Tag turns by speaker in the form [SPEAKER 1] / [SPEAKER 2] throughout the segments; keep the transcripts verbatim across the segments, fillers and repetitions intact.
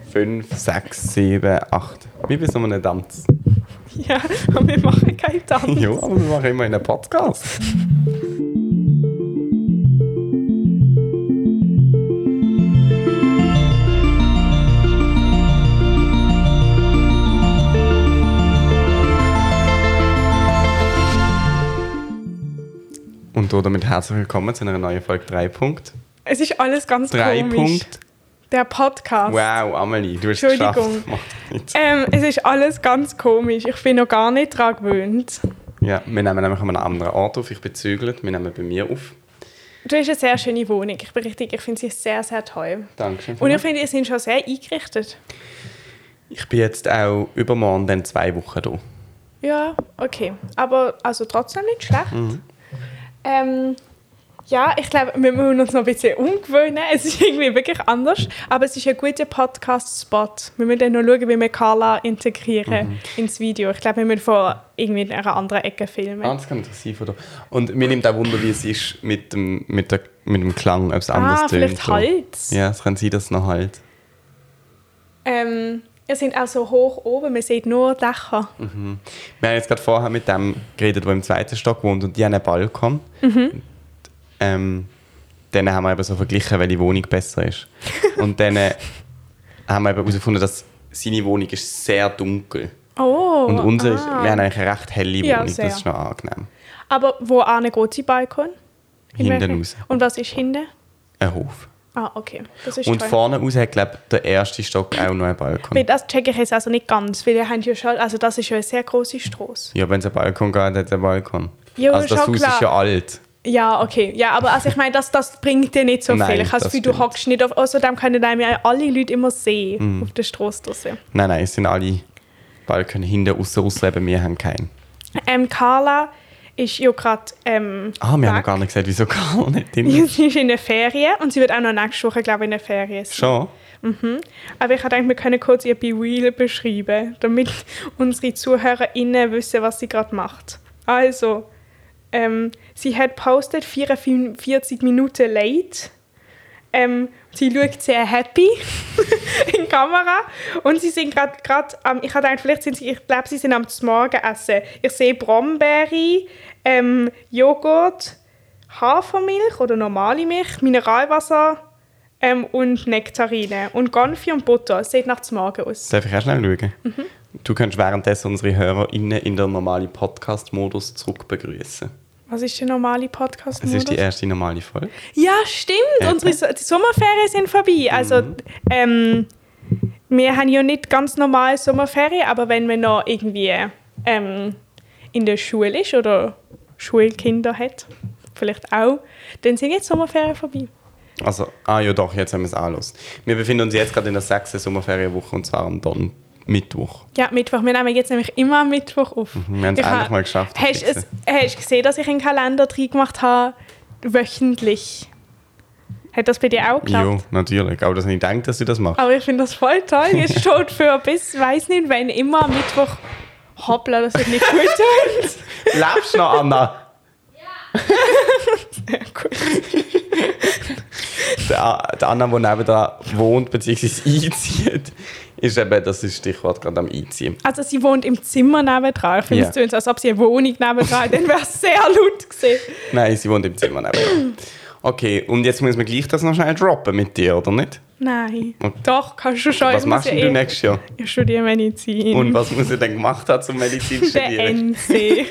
[SPEAKER 1] fünf, sechs, sieben, acht. Wie bei so einem Tanz.
[SPEAKER 2] Ja, aber wir machen keinen Tanz.
[SPEAKER 1] Ja, aber wir machen immer einen Podcast. Und damit herzlich willkommen zu einer neuen Folge drei Punkt.
[SPEAKER 2] Es ist alles ganz
[SPEAKER 1] drei
[SPEAKER 2] komisch.
[SPEAKER 1] Punkt.
[SPEAKER 2] Der Podcast.
[SPEAKER 1] Wow, Amelie, du hast es geschafft.
[SPEAKER 2] Entschuldigung. Ähm, es ist alles ganz komisch. Ich bin noch gar nicht daran gewöhnt.
[SPEAKER 1] Ja, wir nehmen nämlich an einem anderen Ort auf. Ich bin gezügelt. Wir nehmen bei mir auf.
[SPEAKER 2] Du hast eine sehr schöne Wohnung. Ich bin richtig, ich finde sie sehr, sehr toll.
[SPEAKER 1] Dankeschön.
[SPEAKER 2] Und ich finde, ihr seid schon sehr eingerichtet.
[SPEAKER 1] Ich bin jetzt auch übermorgen dann zwei Wochen da.
[SPEAKER 2] Ja, okay. Aber also trotzdem nicht schlecht. Mhm. Ähm, ja, ich glaube, wir müssen uns noch ein bisschen umgewöhnen. Es ist irgendwie wirklich anders. Aber es ist ein guter Podcast-Spot. Wir müssen dann noch schauen, wie wir Carla integrieren mhm. ins Video. Ich glaube, wir müssen von irgendwie in einer anderen Ecke filmen.
[SPEAKER 1] Ah, das kann interessant sein. Und mir nimmt auch Wunder, wie es ist mit dem, mit der, mit dem Klang, ob es anders
[SPEAKER 2] ah,
[SPEAKER 1] tönt.
[SPEAKER 2] vielleicht so. Halt.
[SPEAKER 1] Ja, es kann sein, dass es noch halt.
[SPEAKER 2] Ähm, wir sind auch so hoch oben, man sieht nur Dächer.
[SPEAKER 1] Mhm. Wir haben jetzt gerade vorher mit dem geredet, der im zweiten Stock wohnt und die haben einen Balkon. Mhm. Und, ähm, dann haben wir eben so verglichen, welche Wohnung besser ist. Und dann äh, haben wir eben herausgefunden, dass seine Wohnung ist sehr dunkel.
[SPEAKER 2] Oh,
[SPEAKER 1] und unsere
[SPEAKER 2] ah.
[SPEAKER 1] ist, wir haben eigentlich eine recht helle Wohnung,
[SPEAKER 2] ja,
[SPEAKER 1] das ist noch angenehm.
[SPEAKER 2] Aber wo an geht sie Balkon?
[SPEAKER 1] Hinten raus.
[SPEAKER 2] Und was ist hinten?
[SPEAKER 1] Ein Hof.
[SPEAKER 2] Ah, okay. Das ist
[SPEAKER 1] und
[SPEAKER 2] toll.
[SPEAKER 1] vorne raus hat, glaube ich, der erste Stock auch noch einen Balkon.
[SPEAKER 2] Weil das checke ich jetzt also nicht ganz, weil ihr habt ja schon, also das ist ja eine sehr grosse Strasse.
[SPEAKER 1] Ja, wenn es einen Balkon geht, hat es einen Balkon.
[SPEAKER 2] Ja,
[SPEAKER 1] also das Haus
[SPEAKER 2] klar.
[SPEAKER 1] ist ja alt.
[SPEAKER 2] Ja, okay. Ja, aber also ich meine, das, das bringt dir nicht so
[SPEAKER 1] Nein,
[SPEAKER 2] viel. Ich habe das Gefühl, du hockst nicht auf... Außerdem können einem ja alle Leute immer sehen, mm. auf der Strasse draussen.
[SPEAKER 1] Nein, nein, es sind alle Balkone hinten, ausser ausser eben wir haben keinen.
[SPEAKER 2] Ähm, Carla ist ja gerade ähm,
[SPEAKER 1] Ah, wir
[SPEAKER 2] weg.
[SPEAKER 1] haben noch gar nicht gesagt, wieso Carla nicht drin ist.
[SPEAKER 2] Sie ist in der Ferien und sie wird auch noch nächste Woche, glaube ich, in der Ferien sein.
[SPEAKER 1] Schon?
[SPEAKER 2] Mhm. Aber ich dachte, wir können kurz ihr Be Real beschreiben, damit unsere ZuhörerInnen wissen, was sie gerade macht. Also... Ähm, sie hat postet vierundvierzig Minuten late. Ähm, sie schaut sehr happy in die Kamera. Und sie sind gerade, ähm, ich habe gedacht, vielleicht sind sie, ich glaube, sie sind am Morgenessen. Ich sehe Brombeere, ähm, Joghurt, Hafermilch oder normale Milch, Mineralwasser ähm, und Nektarine. Und Konfi und Butter. Es sieht nach dem Morgen aus.
[SPEAKER 1] Darf ich auch schnell schauen? Mhm. Du kannst währenddessen unsere HörerInnen in den normalen Podcast-Modus zurück begrüßen.
[SPEAKER 2] Was ist der normale Podcast-Modus?
[SPEAKER 1] Es ist die erste normale Folge.
[SPEAKER 2] Ja, stimmt. Ja. Unsere so- die Sommerferien sind vorbei. Also, mhm. ähm, wir haben ja nicht ganz normal Sommerferien, aber wenn man noch irgendwie ähm, in der Schule ist oder Schulkinder hat, vielleicht auch, dann sind jetzt Sommerferien vorbei.
[SPEAKER 1] Also, ah ja doch, jetzt haben wir es angeschlossen. Wir befinden uns jetzt gerade in der sechsten Sommerferienwoche und zwar am Don- Mittwoch.
[SPEAKER 2] Ja, Mittwoch. Wir nehmen jetzt nämlich immer am Mittwoch auf.
[SPEAKER 1] Mhm, wir haben es endlich ha- mal geschafft.
[SPEAKER 2] Hast du gesehen, dass ich einen Kalender drin gemacht habe, wöchentlich? Hat das bei dir auch geklappt?
[SPEAKER 1] Ja, natürlich. Aber das nicht gedacht, dass du das machst.
[SPEAKER 2] Aber ich finde das voll toll. Es steht für bis, weiß nicht, wenn immer am Mittwoch. Hoppla, das wird nicht gut tun.
[SPEAKER 1] Lebst du noch, Anna?
[SPEAKER 2] Ja. Sehr gut.
[SPEAKER 1] Der, der Anna, der nebenan wohnt bzw. einzieht, ist eben, das ist Stichwort gerade am Einziehen.
[SPEAKER 2] Also sie wohnt im Zimmer nebendran. Ich finde
[SPEAKER 1] yeah.
[SPEAKER 2] es so, als ob sie eine Wohnung nebendran hat. Dann wäre es sehr laut gewesen.
[SPEAKER 1] Nein, sie wohnt im Zimmer nebendran. Okay, und jetzt muss man gleich das noch schnell droppen mit dir, oder nicht?
[SPEAKER 2] Nein.
[SPEAKER 1] Okay.
[SPEAKER 2] Doch, kannst du schon.
[SPEAKER 1] Was machst ja du eh nächstes Jahr?
[SPEAKER 2] Ich studiere Medizin.
[SPEAKER 1] Und was muss ich denn gemacht haben, zum Medizin zu studieren?
[SPEAKER 2] Der N C.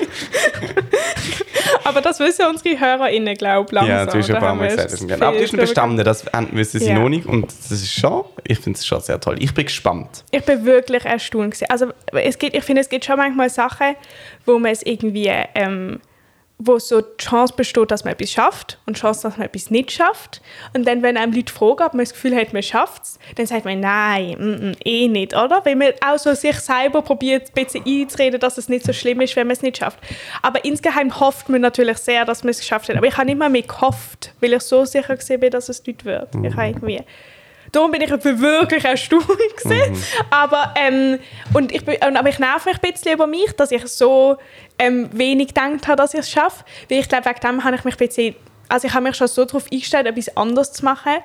[SPEAKER 2] Aber das wissen unsere HörerInnen, glaube ich, langsam.
[SPEAKER 1] Ja, du hast schon ein paar Mal gesagt. Das aber das ist ein bestanden, das wissen sie
[SPEAKER 2] ja.
[SPEAKER 1] noch nicht. Und das ist schon, ich finde es schon sehr toll. Ich bin gespannt.
[SPEAKER 2] Ich bin wirklich erstaunt gewesen. Also es gibt, ich finde, es gibt schon manchmal Sachen, wo man es irgendwie, ähm, wo so die Chance besteht, dass man etwas schafft und die Chance, dass man etwas nicht schafft. Und dann, wenn einem Leute fragen, ob man das Gefühl hat, man schafft es, dann sagt man, nein, mm, mm, eh nicht, oder? Weil man auch so sich selber probiert, ein bisschen einzureden, dass es nicht so schlimm ist, wenn man es nicht schafft. Aber insgeheim hofft man natürlich sehr, dass man es geschafft hat. Aber ich habe nicht mal mehr gehofft, weil ich so sicher gesehen bin, dass es nicht wird. Mhm. Ich habe irgendwie... Darum bin ich wirklich erstaunt gewesen. Mhm. Aber, ähm, und ich, aber ich nerv mich ein bisschen über mich, dass ich so ähm, wenig gedacht habe, dass ich es schaffe. Weil ich glaube, wegen dem habe ich mich ein bisschen, also ich habe mich schon so darauf eingestellt, etwas anderes zu machen,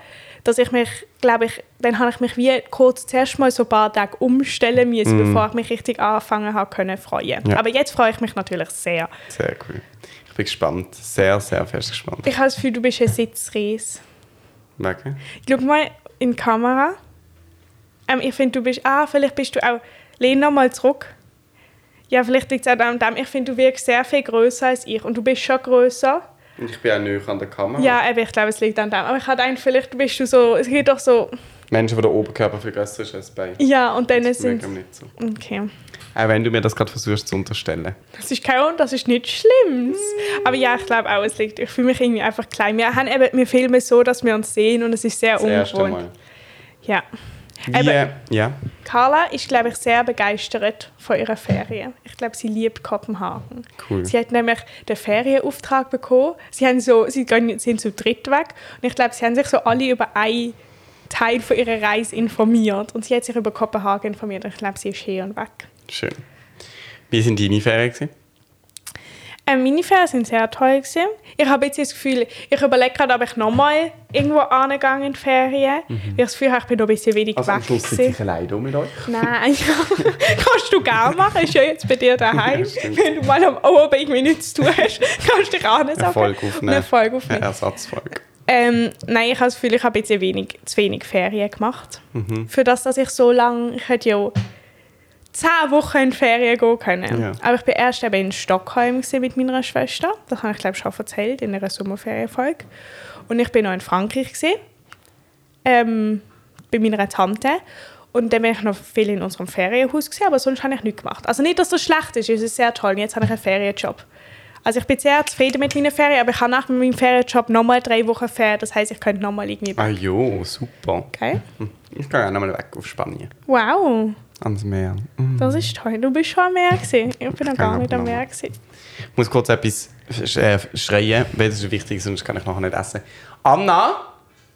[SPEAKER 2] dass ich mich, glaube ich, dann habe ich mich wie kurz zuerst mal so ein paar Tage umstellen müssen, mm. bevor ich mich richtig anfangen habe können freuen. Ja. Aber jetzt freue ich mich natürlich sehr.
[SPEAKER 1] Sehr cool. Ich bin gespannt. Sehr, sehr fest gespannt.
[SPEAKER 2] Ich habe das Gefühl, du bist ein Sitzries.
[SPEAKER 1] Okay.
[SPEAKER 2] Schau mal in die Kamera. Ähm, ich finde, du bist... Ah, vielleicht bist du auch... Lehn noch mal zurück. Ja, vielleicht liegt es auch an dem. Ich finde, du wirkst sehr viel grösser als ich. Und du bist schon grösser.
[SPEAKER 1] Und ich bin auch näher an der Kamera.
[SPEAKER 2] Ja, eben, ich glaube, es liegt an dem. Aber ich habe gedacht, vielleicht bist du so... Es gibt doch so...
[SPEAKER 1] Menschen, wo der Oberkörper viel grösser ist als bei.
[SPEAKER 2] Ja, und dann
[SPEAKER 1] das
[SPEAKER 2] sind...
[SPEAKER 1] Das nicht so.
[SPEAKER 2] Okay.
[SPEAKER 1] Auch wenn du mir das gerade versuchst zu unterstellen.
[SPEAKER 2] Das ist kein das ist nichts Schlimmes. Mm. Aber ja, ich glaube auch, es liegt... Ich fühle mich irgendwie einfach klein. Wir, haben eben, wir filmen so, dass wir uns sehen und es ist sehr ungewohnt. Das erste Mal. Ja.
[SPEAKER 1] Wie,
[SPEAKER 2] Eben,
[SPEAKER 1] ja.
[SPEAKER 2] Carla ist, glaube ich, sehr begeistert von ihrer Ferien. Ich glaube, sie liebt Kopenhagen.
[SPEAKER 1] Cool.
[SPEAKER 2] Sie hat nämlich den Ferienauftrag bekommen. Sie, haben so, sie gehen, sind zu dritt weg. Und ich glaube, sie haben sich so alle über einen Teil von ihrer Reise informiert. Und sie hat sich über Kopenhagen informiert. Ich glaube, sie ist hier und weg.
[SPEAKER 1] Schön. Wie waren deine Ferien gewesen?
[SPEAKER 2] Ähm, meine Ferien waren sehr toll gewesen. Ich habe jetzt das Gefühl, ich überlege gerade, ob ich nochmal irgendwo angegangen in die Ferien. Mhm. Weil ich das Gefühl habe, ich bin noch ein bisschen wenig
[SPEAKER 1] also
[SPEAKER 2] weg.
[SPEAKER 1] Also am Schluss sitze ich alleine mit euch?
[SPEAKER 2] Nein, ja. Kannst du gerne machen. Ist ja jetzt bei dir daheim. Ja, wenn du mal am Abend irgendwie nichts zu tun hast, kannst du dich auch nicht sagen.
[SPEAKER 1] Eine Folge aufnehmen.
[SPEAKER 2] Eine Folge aufnehmen.
[SPEAKER 1] Eine Ersatzfolge.
[SPEAKER 2] Ähm, nein, ich habe das Gefühl, ich habe jetzt ein wenig, zu wenig Ferien gemacht. Mhm. Für das, dass ich so lange... Ich hätte ja zehn Wochen in die Ferien gehen können. Ja. Aber ich war erst eben in Stockholm mit meiner Schwester. Das habe ich, glaube ich, schon erzählt in einer Sommerferienfolge. Und ich war noch in Frankreich, ähm, bei meiner Tante. Und dann war ich noch viel in unserem Ferienhaus, aber sonst habe ich nichts gemacht. Also nicht, dass das schlecht ist, es ist sehr toll. Jetzt habe ich einen Ferienjob. Also ich bin sehr zufrieden mit meinen Ferien, aber ich habe nach meinem Ferienjob nochmal drei Wochen Ferien. Das heisst, ich könnte nochmal irgendwie...
[SPEAKER 1] Ah jo, super.
[SPEAKER 2] Okay.
[SPEAKER 1] Ich gehe auch nochmal weg auf Spanien.
[SPEAKER 2] Wow.
[SPEAKER 1] Ans Meer. Mm.
[SPEAKER 2] Das ist toll. Du bist schon am Meer gewesen. Ich bin noch gar nicht am Meer gewesen.
[SPEAKER 1] Ich muss kurz etwas äh, schreien, weil das ist wichtig, sonst kann ich nachher nicht essen. Anna? Ha?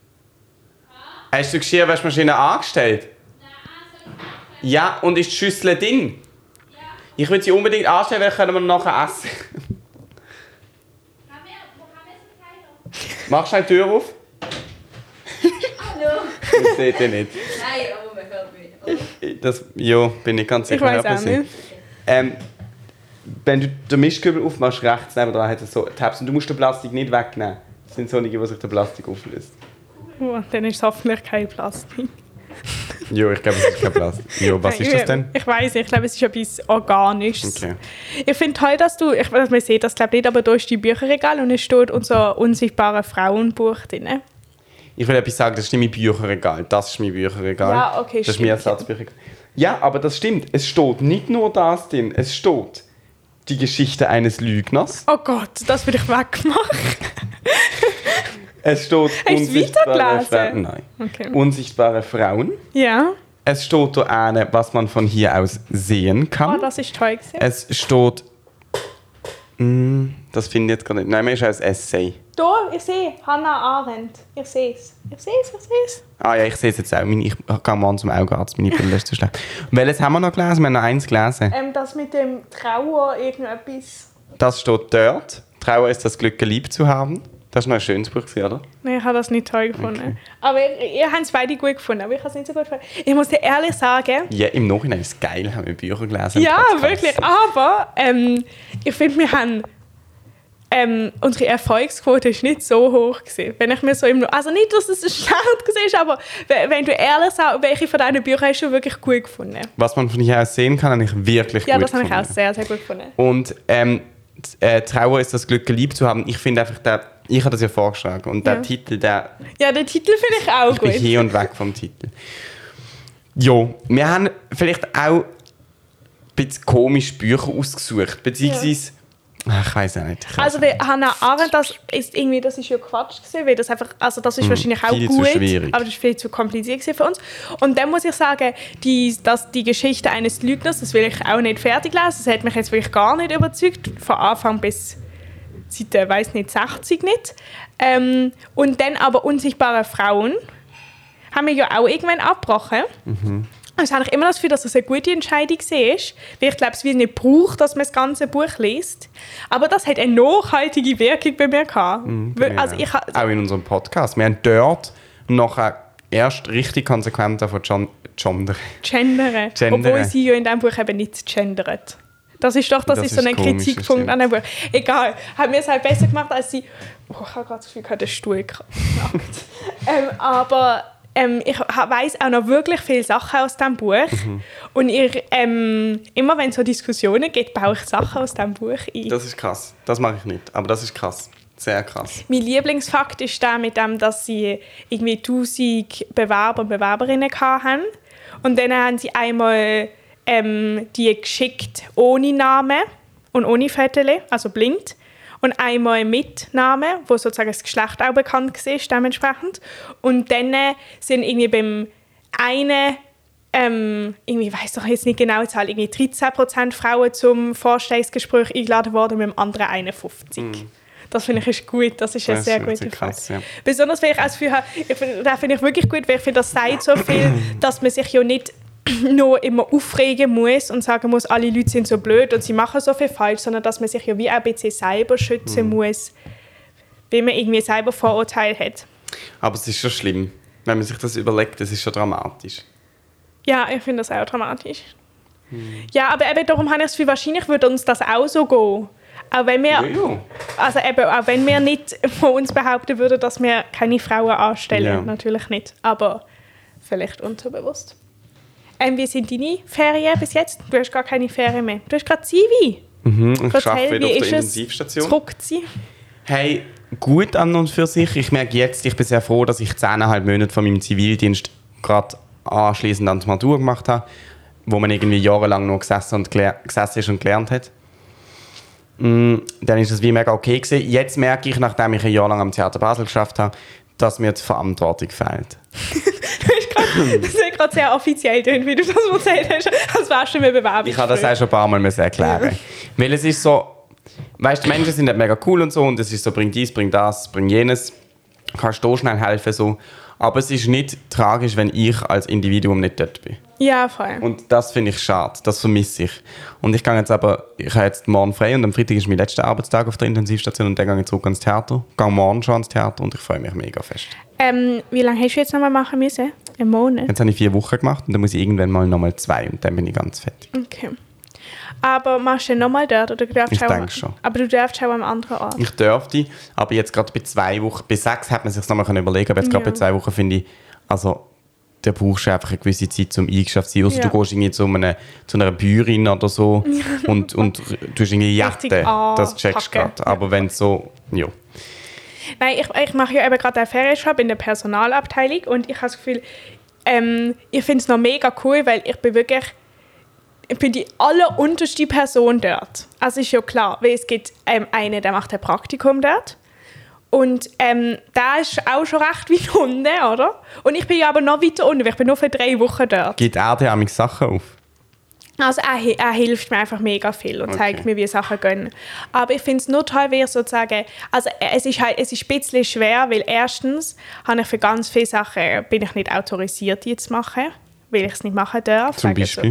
[SPEAKER 1] Hast du die Geschirrwaschmaschine angestellt? Nein, ja, und ist die Schüssel drin? Ja. Ich will sie unbedingt anstellen, weil können wir nachher essen. Mach schnell die Tür auf.
[SPEAKER 3] Hallo.
[SPEAKER 1] Das seht ihr nicht.
[SPEAKER 3] Nein, aber man hört mich.
[SPEAKER 1] Das, ja, bin ich ganz sicher.
[SPEAKER 2] Ich weiß auch nicht.
[SPEAKER 1] Ähm, wenn du den Mischkübel aufmachst, rechts nebenan hat es so Tabs und du musst den Plastik nicht wegnehmen. Das sind solche, die sich der Plastik auflöst.
[SPEAKER 2] Oh, dann ist es hoffentlich kein Plastik.
[SPEAKER 1] Ja, ich glaube, es ist kein Plastik. Ja, was ist das denn?
[SPEAKER 2] Ich weiß nicht, ich glaube, es ist etwas Organisches.
[SPEAKER 1] Okay.
[SPEAKER 2] Ich finde toll, dass du, ich weiß, man sieht das glaube ich nicht, aber da ist die Bücherregal und es steht unser unsichtbares Frauenbuch drin.
[SPEAKER 1] Ich will etwas sagen, das ist nicht mein Bücherregal, das ist mein Bücherregal.
[SPEAKER 2] Ja, okay,
[SPEAKER 1] das ist mein Ersatzbücherregal. Ja, aber das stimmt. Es steht nicht nur das drin, es steht die Geschichte eines Lügners.
[SPEAKER 2] Oh Gott, das will ich wegmachen.
[SPEAKER 1] Es steht
[SPEAKER 2] Hast
[SPEAKER 1] unsichtbare Frauen. Nein.
[SPEAKER 2] Okay.
[SPEAKER 1] Unsichtbare Frauen.
[SPEAKER 2] Ja.
[SPEAKER 1] Es steht da eine, was man von hier aus sehen kann.
[SPEAKER 2] Oh, das ist toll gewesen.
[SPEAKER 1] Es steht... Mm, das finde ich jetzt gar nicht. Nein, mir ist ein Essay.
[SPEAKER 2] Da, ich sehe Hannah Arendt. Ich sehe es. Ich sehe es, ich sehe es.
[SPEAKER 1] Ah ja, ich sehe es jetzt auch. Ich gehe morgen zum Augenarzt, meine Brille ist zu schlecht. Welches haben wir noch gelesen? Wir haben noch eins gelesen.
[SPEAKER 2] Ähm, das mit dem Trauer, irgendetwas.
[SPEAKER 1] Das steht dort. Trauer ist das Glück, geliebt zu haben. Das war noch ein schönes Buch, oder?
[SPEAKER 2] Nein, ich habe das nicht toll gefunden.
[SPEAKER 1] Okay.
[SPEAKER 2] Aber ihr, ihr habt es beide gut gefunden, aber ich habe es nicht so gut gefunden. Ich muss dir ehrlich sagen...
[SPEAKER 1] Ja, im Nachhinein ist es geil, haben wir Bücher gelesen.
[SPEAKER 2] Ja, wirklich. Aber ähm, ich finde, wir haben... Ähm, unsere Erfolgsquote ist nicht so hoch gewesen. Wenn ich mir so im, also nicht, dass es schlecht war, aber wenn du ehrlich sagst, welche von deinen Büchern hast du wirklich gut gefunden?
[SPEAKER 1] Was man von hier aus sehen kann, habe ich wirklich
[SPEAKER 2] ja,
[SPEAKER 1] gut gefunden. Ja,
[SPEAKER 2] das habe ich auch sehr, sehr gut gefunden.
[SPEAKER 1] Und ähm, äh, Trauer ist das Glück, geliebt zu haben. Ich finde einfach, der, ich habe das ja vorgeschlagen und der
[SPEAKER 2] ja.
[SPEAKER 1] Titel, der...
[SPEAKER 2] Ja, den Titel finde ich auch
[SPEAKER 1] ich
[SPEAKER 2] gut.
[SPEAKER 1] Ich bin hier und weg vom Titel. Jo, wir haben vielleicht auch ein bisschen komische Bücher ausgesucht, beziehungsweise... Ja. Ach, ich weiß auch nicht. Ich
[SPEAKER 2] also die Hannah Arendt, das ist irgendwie, das ist ja Quatsch gewesen, weil das einfach, also das ist hm, wahrscheinlich auch
[SPEAKER 1] viel
[SPEAKER 2] gut,
[SPEAKER 1] zu schwierig.
[SPEAKER 2] Aber das ist viel zu kompliziert für uns. Und dann muss ich sagen, die, dass die Geschichte eines Lügners, das will ich auch nicht fertig lesen. Das hat mich jetzt wirklich gar nicht überzeugt, von Anfang bis seit, äh, weiß nicht, sechzig nicht. Ähm, und dann aber unsichtbare Frauen haben wir ja auch irgendwann abgebrochen. Mhm. Also habe ich immer das Gefühl, dass das eine gute Entscheidung war, weil ich glaube, es wird nicht braucht, dass man das ganze Buch liest. Aber das hat eine nachhaltige Wirkung bei mir gehabt.
[SPEAKER 1] Mhm,
[SPEAKER 2] also ich ha-
[SPEAKER 1] auch in unserem Podcast. Wir haben dort, Und nachher erst richtig konsequent von John, Gendern.
[SPEAKER 2] Gendern. Obwohl sie ja in diesem Buch eben nicht gendert. Das ist doch das, das ist so ein komisch, Kritikpunkt an dem Buch. Egal, hat mir es halt besser gemacht, als sie... Oh, ich habe gerade das Gefühl, ich habe den Stuhl geknackt. ähm, aber ähm, ich weiss auch noch wirklich viele Sachen aus diesem Buch. Mhm. Und ich, ähm, immer wenn es so Diskussionen gibt, baue ich Sachen aus diesem Buch ein.
[SPEAKER 1] Das ist krass. Das mache ich nicht, aber das ist krass. Sehr krass.
[SPEAKER 2] Mein Lieblingsfakt ist der mit dem, dass sie irgendwie tausend Bewerber und Bewerberinnen hatten. Und dann haben sie einmal ähm, die geschickt ohne Namen und ohne Fotos, also blind. Und einmal mit Namen, wo sozusagen das Geschlecht auch bekannt war, dementsprechend. Und dann sind irgendwie beim einen, ähm, irgendwie, ich weiss doch jetzt nicht genau die Zahl, irgendwie dreizehn Prozent Frauen zum Vorstellungsgespräch eingeladen worden und mit dem anderen einundfünfzig. Mm. Das finde ich ist gut, das ist ein sehr guter Fall. Ja. Besonders, weil ich als Gefühl habe, das finde ich wirklich gut, weil ich finde, das sagt so viel, dass man sich ja nicht nur immer aufregen muss und sagen muss, alle Leute sind so blöd und sie machen so viel falsch, sondern dass man sich ja wie ein bisschen selber schützen mm. muss, wenn man irgendwie selber Vorurteile hat.
[SPEAKER 1] Aber es ist schon schlimm, wenn man sich das überlegt, das ist schon dramatisch.
[SPEAKER 2] Ja, ich finde das auch dramatisch. Mm. Ja, aber eben darum habe ich das Gefühl, wahrscheinlich würde uns das auch so gehen. Auch wenn wir, ja, ja. Also eben, auch wenn wir nicht von uns behaupten würden, dass wir keine Frauen anstellen, ja. Natürlich nicht, aber vielleicht unterbewusst. Ähm, wie sind deine Ferien bis jetzt? Du hast gar keine Ferien mehr. Du hast gerade Zivi.
[SPEAKER 1] Mhm, ich arbeite wieder auf der Intensivstation.
[SPEAKER 2] Zurückziehen?
[SPEAKER 1] Hey, gut an und für sich. Ich merke jetzt, ich bin sehr froh, dass ich zehneinhalb Monate von meinem Zivildienst gerade anschliessend an die Matur gemacht habe, wo man irgendwie jahrelang nur gesessen, und gelehr- gesessen ist und gelernt hat. Mm, dann ist es wie mega okay gewesen. Jetzt merke ich, nachdem ich ein Jahr lang am Theater Basel geschafft habe, dass mir die Verantwortung fehlt.
[SPEAKER 2] Das ist gerade sehr offiziell, wie du das erzählt hast, als wärst du mir bewerben.
[SPEAKER 1] Ich habe das auch schon ein paar Mal erklären müssen. Weil es ist so, weißt du, Menschen sind nicht mega cool und so und es ist so, bring dies, bring das, bring jenes. Kannst du schnell helfen, so. Aber es ist nicht tragisch, wenn ich als Individuum nicht dort bin.
[SPEAKER 2] Ja, voll.
[SPEAKER 1] Und das finde ich schade, das vermisse ich. Und ich gehe jetzt aber, ich habe jetzt morgen frei und am Freitag ist mein letzter Arbeitstag auf der Intensivstation und dann gehe ich zurück ans Theater. Ich gehe morgen schon ans Theater und ich freue mich mega fest.
[SPEAKER 2] Ähm, wie lange hast du jetzt nochmal machen müssen? Einen Monat?
[SPEAKER 1] Jetzt habe ich vier Wochen gemacht und dann muss ich irgendwann mal nochmal zwei und dann bin ich ganz fertig.
[SPEAKER 2] Okay. Aber machst du nochmal dort? Oder du
[SPEAKER 1] ich
[SPEAKER 2] auch,
[SPEAKER 1] denke schon.
[SPEAKER 2] Aber du darfst auch am anderen Ort?
[SPEAKER 1] Ich dürfte, aber jetzt gerade bei zwei Wochen, bei sechs hätte man sich nochmal überlegen, aber jetzt gerade ja. bei zwei Wochen finde ich, also da brauchst du einfach eine gewisse Zeit, um eingeschafft zu sein. Also ja. du gehst irgendwie zu, eine, zu einer Bäuerin oder so und, und du hast irgendwie Jette, das checkst du gerade. Aber ja. wenn so, ja.
[SPEAKER 2] Nein, ich, ich mache ja eben gerade einen Ferienjob in der Personalabteilung und ich habe das Gefühl, ähm, ich finde es noch mega cool, weil ich bin wirklich ich bin die allerunterste Person dort. Also ist ja klar, weil es gibt ähm, einen, der macht ein Praktikum dort. Und ähm, der ist auch schon recht weit unten, oder? Und ich bin ja aber noch weiter unten, weil ich bin nur für drei Wochen dort.
[SPEAKER 1] Gibt er dir auch Sachen auf?
[SPEAKER 2] Also er, er hilft mir einfach mega viel und okay. zeigt mir, wie Sachen gehen. Aber ich finde es nur toll, wie ich sozusagen... Also es ist halt es ist ein bisschen schwer, weil erstens habe ich für ganz viele Sachen bin ich nicht autorisiert, die zu machen, weil ich es nicht machen darf.
[SPEAKER 1] Zum Beispiel?
[SPEAKER 2] So.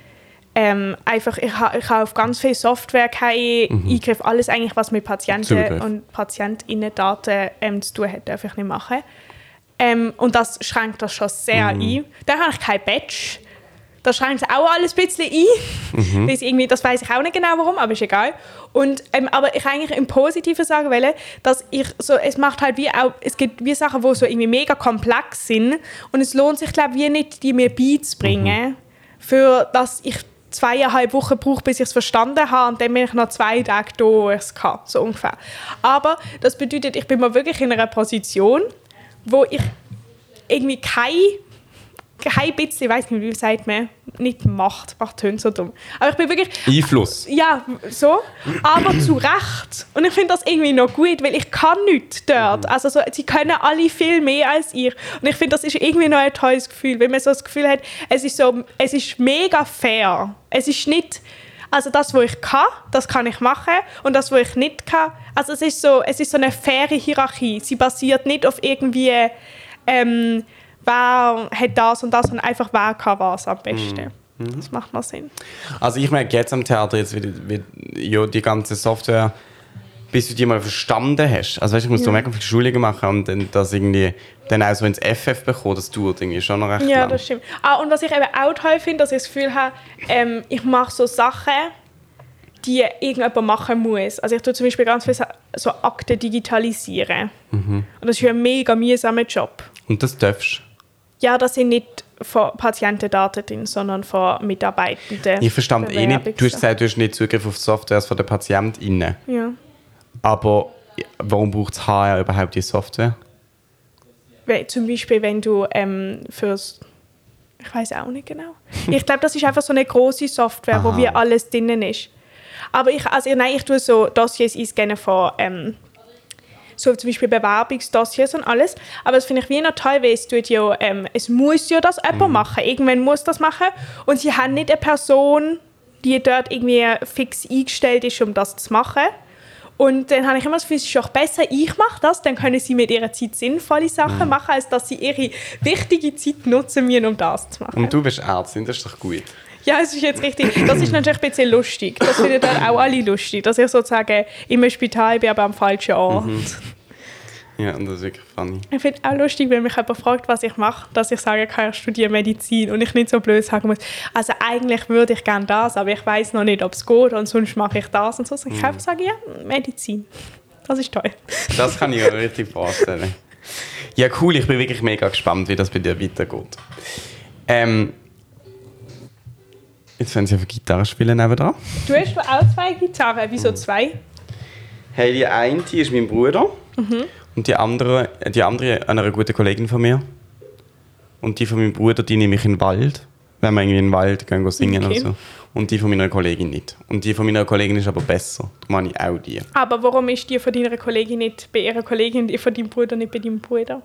[SPEAKER 2] Ähm, einfach, ich habe ich ha auf ganz viel Software keinen mhm. Eingriff. Alles eigentlich, was mit Patienten Zugriff. und PatientInnen-Daten ähm, zu tun hat, darf ich nicht machen. Ähm, und das schränkt das schon sehr mhm. ein. Dann habe ich kein Badge. Das schränkt es auch alles ein bisschen ein. Mhm. Das, irgendwie, das weiss ich auch nicht genau warum, aber ist egal. Und, ähm, aber ich eigentlich im Positiven sagen will, dass ich so, es macht halt wie auch, es gibt wie Sachen, die so irgendwie mega komplex sind und es lohnt sich, glaube ich, wie nicht, die mir beizubringen, mhm. für dass ich zweieinhalb Wochen brauche, bis ich es verstanden habe und dann bin ich noch zwei Tage da, wo ich es kann, so ungefähr. Aber das bedeutet, ich bin mal wirklich in einer Position, wo ich irgendwie kein, kein bisschen, ich weiss nicht, wie sagt man, nicht Macht, Macht tönt so dumm. Aber ich bin wirklich...
[SPEAKER 1] Einfluss.
[SPEAKER 2] Ja, so, aber zu Recht. Und ich finde das irgendwie noch gut, weil ich kann nichts dort. Also so, sie können alle viel mehr als ich. Und ich finde, das ist irgendwie noch ein tolles Gefühl, weil man so das Gefühl hat, es ist, so, es ist mega fair. Es ist nicht... Also das, was ich kann, das kann ich machen. Und das, was ich nicht kann, also es ist so, es ist so eine faire Hierarchie. Sie basiert nicht auf irgendwie... Ähm, wer hat das und das und einfach wer kann was am besten. Mhm. Das macht noch Sinn.
[SPEAKER 1] Also ich merke jetzt am Theater, jetzt wie, wie ja, die ganze Software bis du die mal verstanden hast. Also weißt, ich muss ja. da mega viele Schulungen machen und dann das irgendwie dann auch so ins F F bekommen, das dauert irgendwie schon noch recht
[SPEAKER 2] Ja,
[SPEAKER 1] lang.
[SPEAKER 2] das stimmt. Ah, und was ich eben auch toll finde, dass ich das Gefühl habe, ähm, ich mache so Sachen, die irgendjemand machen muss. Also ich tue zum Beispiel ganz viel so Akten digitalisieren. Mhm. Und das ist ein mega mühsamer Job.
[SPEAKER 1] Und das darfst du?
[SPEAKER 2] Ja, das sind nicht von Patientendaten drin, sondern von Mitarbeitenden.
[SPEAKER 1] Ich verstand eh nicht, du hast gesagt, du hast nicht Zugriff auf die Software von den PatientInnen.
[SPEAKER 2] Ja. Aber
[SPEAKER 1] warum braucht das H R überhaupt die Software?
[SPEAKER 2] Weil, zum Beispiel, wenn du ähm, fürs... Ich weiß auch nicht genau. Ich glaube, das ist einfach so eine grosse Software, Aha. wo wie alles drin ist. Aber ich, also, nein, ich tue so Dossiers einscannen von... Ähm, so zum Beispiel Bewerbungsdossiers und alles. Aber das finde ich wie noch toll, weil es, tut ja, ähm, es muss ja das jemand mm. machen. Irgendwann muss das machen. Und sie haben nicht eine Person, die dort irgendwie fix eingestellt ist, um das zu machen. Und dann habe ich immer das Gefühl, es ist auch besser, ich mache das, dann können sie mit ihrer Zeit sinnvolle Sachen mm. machen, als dass sie ihre wichtige Zeit nutzen müssen, um das zu machen.
[SPEAKER 1] Und du bist Ärztin, das ist doch gut.
[SPEAKER 2] Ja, es ist jetzt richtig. Das ist natürlich ein bisschen lustig. Das finden dann auch alle lustig, dass ich sozusagen im Spital bin, aber am falschen Ort. Mhm.
[SPEAKER 1] Ja, und das ist wirklich funny.
[SPEAKER 2] Ich finde es auch lustig, wenn mich jemand fragt, was ich mache, dass ich sagen kann, ich studiere Medizin und ich nicht so blöd sagen muss, also eigentlich würde ich gerne das, aber ich weiß noch nicht, ob es geht und sonst mache ich das und so. Ich kann einfach sagen, ja, Medizin. Das ist toll.
[SPEAKER 1] Das kann ich mir richtig vorstellen. Ja, cool. Ich bin wirklich mega gespannt, wie das bei dir weitergeht. Ähm, Jetzt werden sie auf Gitarre spielen nebenan.
[SPEAKER 2] Du hast auch zwei Gitarren. Wieso zwei?
[SPEAKER 1] Hey, die eine die ist mein Bruder. Mhm. Und die andere, die andere eine gute Kollegin von mir. Und die von meinem Bruder, die nehme ich in den Wald. Wenn wir irgendwie in den Wald gehen, gehen singen okay. oder so. Und die von meiner Kollegin nicht. Und die von meiner Kollegin ist aber besser. Da meine ich auch die.
[SPEAKER 2] Aber warum ist die von deiner Kollegin nicht bei ihrer Kollegin und die von deinem Bruder nicht bei deinem Bruder?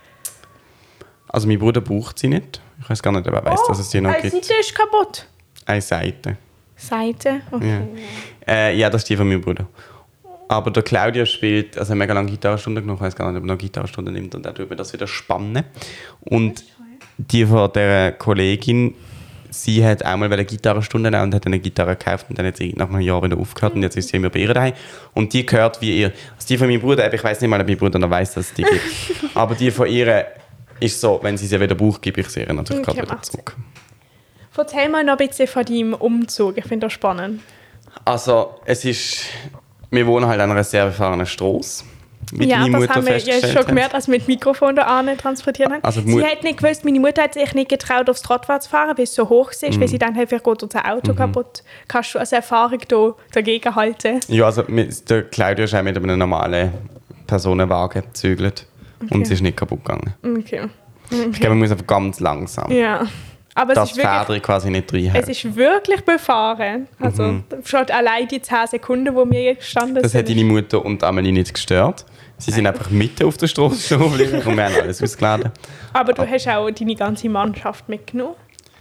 [SPEAKER 1] Also mein Bruder braucht sie nicht. Ich weiß gar nicht, ob er weiß,
[SPEAKER 2] oh,
[SPEAKER 1] dass es die noch
[SPEAKER 2] gibt. Die Seite ist kaputt.
[SPEAKER 1] Eine Seite.
[SPEAKER 2] Seite? Okay.
[SPEAKER 1] Ja. Äh, ja, das ist die von meinem Bruder. Aber der Claudio spielt, also mega lange Gitarrenstunde genommen, ich weiß gar nicht, ob er noch Gitarrenstunde nimmt und dann tut mir das wieder spannen. Und die von der Kollegin, sie hat auch mal eine Gitarrenstunde nehmen und hat eine Gitarre gekauft und dann hat sie nach einem Jahr wieder aufgehört und jetzt ist sie immer bei ihr daheim. Und die gehört wie ihr, also die von meinem Bruder, ich weiß nicht mal, ob mein Bruder noch weiss, dass es die gibt, aber die von ihr ist so, wenn sie sie wieder braucht, gebe ich sie ihr natürlich okay, gerade wieder zurück.
[SPEAKER 2] Erzähl mal noch ein bisschen von deinem Umzug, ich finde das spannend.
[SPEAKER 1] Also, es ist, wir wohnen halt an einer sehr befahrenen Strasse. Wie
[SPEAKER 2] ja,
[SPEAKER 1] deine
[SPEAKER 2] das
[SPEAKER 1] Mutter
[SPEAKER 2] haben wir ja schon gemerkt, als wir mit dem Mikrofon da transportiert haben. Also sie hat nicht gewusst, meine Mutter hat sich nicht getraut, aufs Trottoir zu fahren, weil es so hoch ist, mm. weil sie dann halt vielleicht geht unser Auto mm. kaputt. Kannst du als Erfahrung da dagegen halten?
[SPEAKER 1] Ja, also der Claudio ist auch mit einem normalen Personenwagen gezügelt okay. und sie ist nicht kaputt gegangen. Okay. Okay. Ich glaube, man muss einfach ganz langsam.
[SPEAKER 2] Ja. Aber
[SPEAKER 1] dass
[SPEAKER 2] es
[SPEAKER 1] die Feder quasi nicht reinhält.
[SPEAKER 2] Es ist wirklich befahren. Also mhm. schon allein die zehn Sekunden, wo wir gestanden
[SPEAKER 1] das
[SPEAKER 2] sind.
[SPEAKER 1] Das hat deine Mutter und Amelie nicht gestört. Sie sind einfach mitten auf der Straße stehen geblieben und wir haben alles ausgeladen.
[SPEAKER 2] Aber du hast auch deine ganze Mannschaft mitgenommen.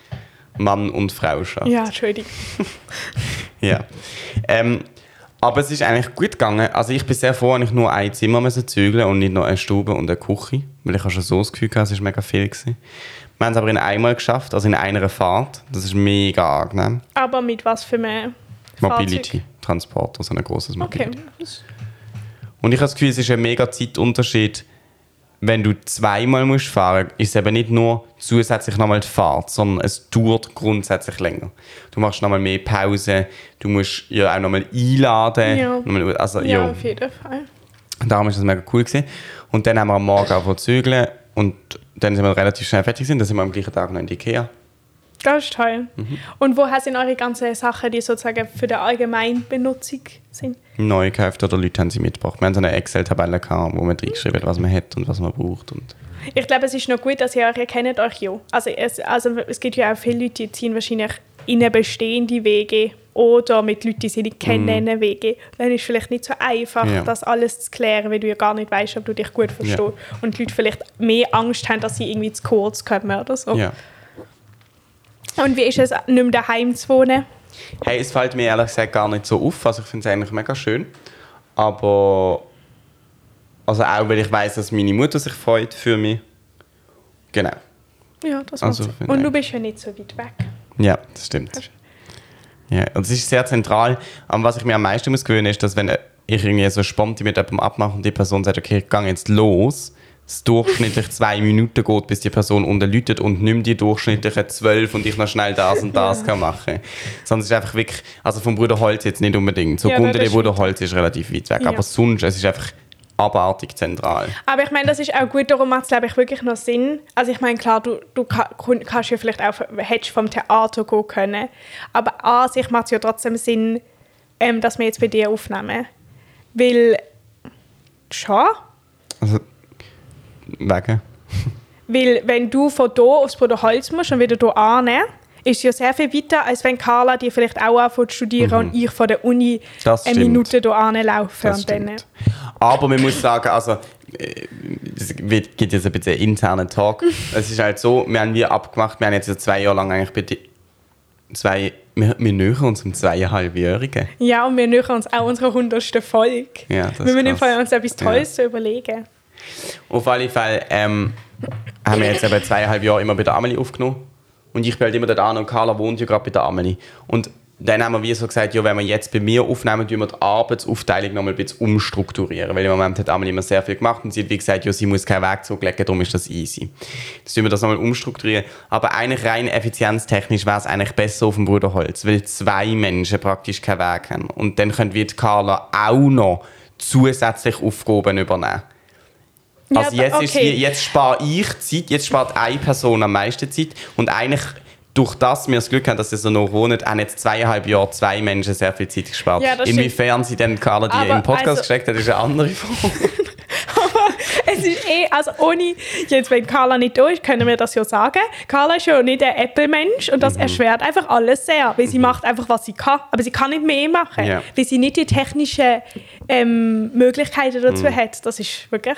[SPEAKER 1] Mann und Frauschaft.
[SPEAKER 2] Ja, Entschuldigung.
[SPEAKER 1] ja. Ähm, aber es ist eigentlich gut gegangen. Also ich bin sehr froh, dass ich nur ein Zimmer zügeln und nicht noch eine Stube und eine Küche. Weil ich habe schon so das Gefühl gehabt, es war mega viel gewesen. Wir haben es aber in einmal geschafft, also in einer Fahrt. Das ist mega angenehm.
[SPEAKER 2] Aber mit was für einem
[SPEAKER 1] Mobility, Transporter, so ein grosses Mobility.
[SPEAKER 2] Okay.
[SPEAKER 1] Und ich habe das Gefühl, es ist ein mega Zeitunterschied, wenn du zweimal musst fahren musst, ist es eben nicht nur zusätzlich nochmal die Fahrt, sondern es dauert grundsätzlich länger. Du machst nochmal mehr Pause, du musst ja auch nochmal einladen.
[SPEAKER 2] Ja,
[SPEAKER 1] nochmal, also,
[SPEAKER 2] ja
[SPEAKER 1] jo.
[SPEAKER 2] auf jeden Fall.
[SPEAKER 1] Darum ist das mega cool gewesen. Und dann haben wir am Morgen auch zügeln und dann sind wir relativ schnell fertig gewesen. Dann sind wir am gleichen Tag noch in die Ikea.
[SPEAKER 2] Das ist toll. Mhm. Und woher sind eure ganzen Sachen, die sozusagen für die allgemeine Benutzung sind?
[SPEAKER 1] Neu gekauft oder Leute haben sie mitgebracht. Wir haben so eine Excel-Tabelle gehabt, wo man reingeschrieben hat, was man hat und was man braucht. Und
[SPEAKER 2] ich glaube, es ist noch gut, dass ihr euch, ihr kennt euch ja. Also es, also es gibt ja auch viele Leute, die ziehen wahrscheinlich in eine bestehende Wege oder mit Leuten, die sie nicht kennen, mm. Wege. Dann ist es vielleicht nicht so einfach, ja. das alles zu klären, weil du ja gar nicht weißt, ob du dich gut verstehst. Ja. Und die Leute vielleicht mehr Angst haben, dass sie irgendwie zu kurz kommen oder so.
[SPEAKER 1] Ja.
[SPEAKER 2] Und wie ist es, nicht mehr daheim zu wohnen?
[SPEAKER 1] Hey, es fällt mir ehrlich gesagt gar nicht so auf. Also ich finde es eigentlich mega schön. Aber also auch, weil ich weiss, dass meine Mutter sich freut für mich. Genau.
[SPEAKER 2] Ja, das also, macht Sinn. Und du bist ja nicht so weit weg.
[SPEAKER 1] Ja, das stimmt. Ja, und es ist sehr zentral. Aber was ich mir am meisten muss gewöhnen ist, dass wenn ich irgendwie so spontan mit jemandem abmache und die Person sagt, okay, ich gehe jetzt los, es durchschnittlich zwei Minuten geht, bis die Person unten läutet und nimm die durchschnittlichen zwölf und ich noch schnell das und das kann machen. Sondern es ist einfach wirklich, also vom Bruder Holz jetzt nicht unbedingt. So
[SPEAKER 2] ja,
[SPEAKER 1] Gunter, der Bruder Holz ist relativ weit weg,
[SPEAKER 2] ja.
[SPEAKER 1] aber sonst, es ist einfach abartig zentral.
[SPEAKER 2] Aber ich meine, das ist auch gut, darum macht es, glaube ich, wirklich noch Sinn. Also ich meine, klar, du, du kann, kannst ja vielleicht auch, hättest vom Theater gehen können, aber an sich macht es ja trotzdem Sinn, ähm, dass wir jetzt bei dir aufnehmen. Weil, schon.
[SPEAKER 1] Also, wegen?
[SPEAKER 2] Weil, wenn du von hier aufs Bruder Holz musst und wieder hier annehmen, ist es ja sehr viel weiter, als wenn Carla die vielleicht auch anfängt zu studieren mhm. und ich von der Uni
[SPEAKER 1] das
[SPEAKER 2] eine
[SPEAKER 1] stimmt.
[SPEAKER 2] Minute hier anlaufe. Und dann.
[SPEAKER 1] Aber man muss sagen, also, es gibt jetzt ein bisschen einen internen Talk. Es ist halt so, wir haben wir abgemacht, wir haben jetzt zwei Jahre lang eigentlich bei die, zwei, wir, wir nähern uns um zweieinhalbjährigen.
[SPEAKER 2] Ja, und wir nähern uns auch unserer hundertsten Folge.
[SPEAKER 1] Ja, das
[SPEAKER 2] wir müssen
[SPEAKER 1] krass.
[SPEAKER 2] uns etwas Tolles ja. überlegen.
[SPEAKER 1] Auf alle Fälle ähm, haben wir jetzt eben zweieinhalb Jahre immer bei der Amelie aufgenommen. Und ich bin halt immer dort an und Carla wohnt ja gerade bei der Amelie. Und dann haben wir wie so gesagt, ja, wenn wir jetzt bei mir aufnehmen, tun wir die Arbeitsaufteilung noch mal ein bisschen umstrukturieren. Weil im Moment hat Amelie immer sehr viel gemacht und sie hat wie gesagt, ja, sie muss keinen Weg zurücklegen, darum ist das easy. Jetzt tun wir das noch mal umstrukturieren. Aber eigentlich rein effizienztechnisch wäre es eigentlich besser auf dem Bruder Holz, weil zwei Menschen praktisch keinen Weg haben. Und dann können wir die Carla auch noch zusätzlich Aufgaben übernehmen. Also
[SPEAKER 2] ja,
[SPEAKER 1] jetzt,
[SPEAKER 2] okay.
[SPEAKER 1] ist, jetzt spare ich Zeit, jetzt spart eine Person am meisten Zeit und eigentlich durch das wir das Glück haben, dass sie so noch wohnen, haben jetzt zweieinhalb Jahre zwei Menschen sehr viel Zeit gespart. Ja, inwiefern sie dann Carla die
[SPEAKER 2] aber
[SPEAKER 1] im Podcast
[SPEAKER 2] also,
[SPEAKER 1] gesteckt hat, ist eine andere Frage.
[SPEAKER 2] Aber es ist eh, also ohne, jetzt wenn Carla nicht da ist, können wir das ja sagen. Carla ist ja nicht ein Apple-Mensch und das mhm. erschwert einfach alles sehr, weil sie mhm. macht einfach, was sie kann. Aber sie kann nicht mehr machen, ja. weil sie nicht die technischen ähm, Möglichkeiten dazu mhm. hat. Das ist wirklich...